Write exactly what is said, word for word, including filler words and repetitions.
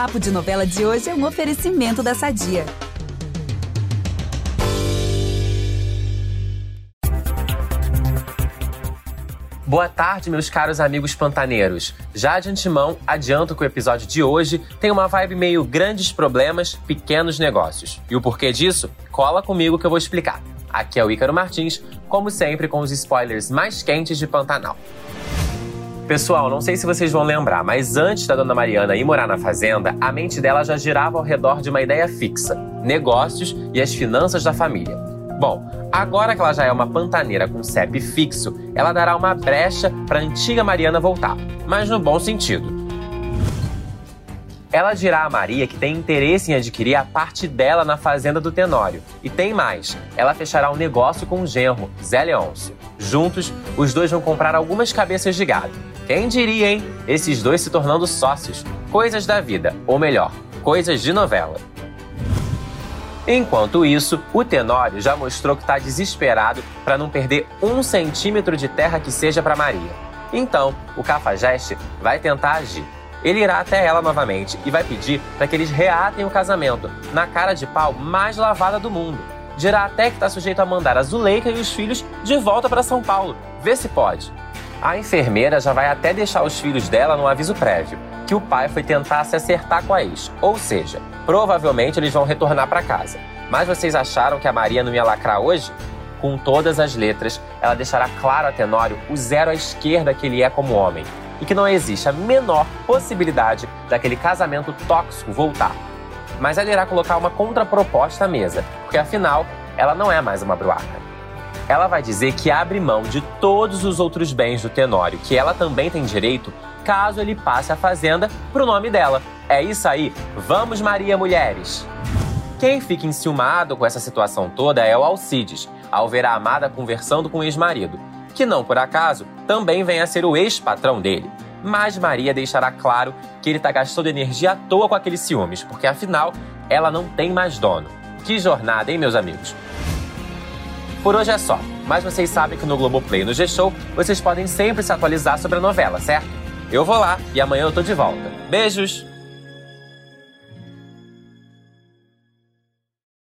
Papo de Novela de hoje é um oferecimento da Sadia. Boa tarde, meus caros amigos pantaneiros. Já de antemão, adianto que o episódio de hoje tem uma vibe meio grandes problemas, pequenos negócios. E o porquê disso? Cola comigo que eu vou explicar. Aqui é o Ícaro Martins, como sempre com os spoilers mais quentes de Pantanal. Pessoal, não sei se vocês vão lembrar, mas antes da Dona Mariana ir morar na fazenda, a mente dela já girava ao redor de uma ideia fixa: negócios e as finanças da família. Bom, agora que ela já é uma pantaneira com C E P fixo, ela dará uma brecha para a antiga Mariana voltar, mas no bom sentido. Ela dirá a Maria que tem interesse em adquirir a parte dela na fazenda do Tenório. E tem mais, ela fechará um negócio com o genro, Zé Leôncio. Juntos, os dois vão comprar algumas cabeças de gado. Quem diria, hein? Esses dois se tornando sócios. Coisas da vida, ou melhor, coisas de novela. Enquanto isso, o Tenório já mostrou que está desesperado para não perder um centímetro de terra que seja para Maria. Então, o Cafajeste vai tentar agir. Ele irá até ela novamente e vai pedir para que eles reatem o casamento, na cara de pau mais lavada do mundo. Dirá até que está sujeito a mandar a Zuleika e os filhos de volta para São Paulo. Vê se pode. A enfermeira já vai até deixar os filhos dela no aviso prévio, que o pai foi tentar se acertar com a ex, ou seja, provavelmente eles vão retornar para casa. Mas vocês acharam que a Maria não ia lacrar hoje? Com todas as letras, ela deixará claro a Tenório o zero à esquerda que ele é como homem, e que não existe a menor possibilidade daquele casamento tóxico voltar. Mas ela irá colocar uma contraproposta à mesa, porque afinal, ela não é mais uma bruaca. Ela vai dizer que abre mão de todos os outros bens do Tenório, que ela também tem direito, caso ele passe a fazenda pro nome dela. É isso aí, vamos Maria, mulheres! Quem fica enciumado com essa situação toda é o Alcides, ao ver a amada conversando com o ex-marido, que não por acaso também vem a ser o ex-patrão dele. Mas Maria deixará claro que ele tá gastando energia à toa com aqueles ciúmes, porque afinal, ela não tem mais dono. Que jornada, hein, meus amigos? Por hoje é só, mas vocês sabem que no Globoplay e no G-Show vocês podem sempre se atualizar sobre a novela, certo? Eu vou lá e amanhã eu tô de volta. Beijos!